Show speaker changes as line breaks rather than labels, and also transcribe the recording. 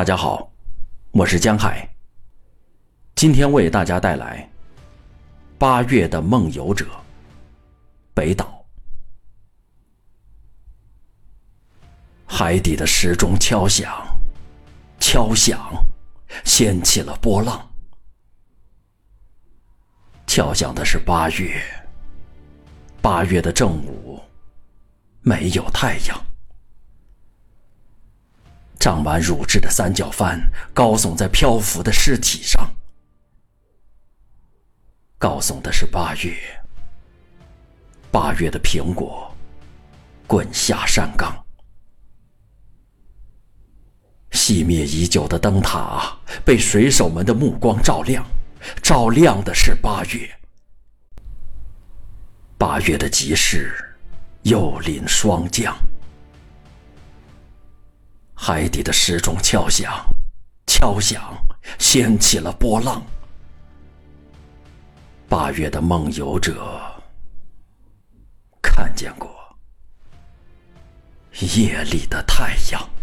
大家好，我是江海，今天为大家带来8月的梦游者北岛。海底的时钟敲响，敲响，掀起了波浪。敲响的是8月，8月的正午，没有太阳。胀满乳汁的三角帆高耸在漂浮的尸体上，高耸的是8月，8月的苹果滚下山岗。熄灭已久的灯塔被水手们的目光照亮，照亮的是8月。8月的集市又临霜降。海底的时钟敲响，敲响，掀起了波浪。8月的梦游者看见过夜里的太阳。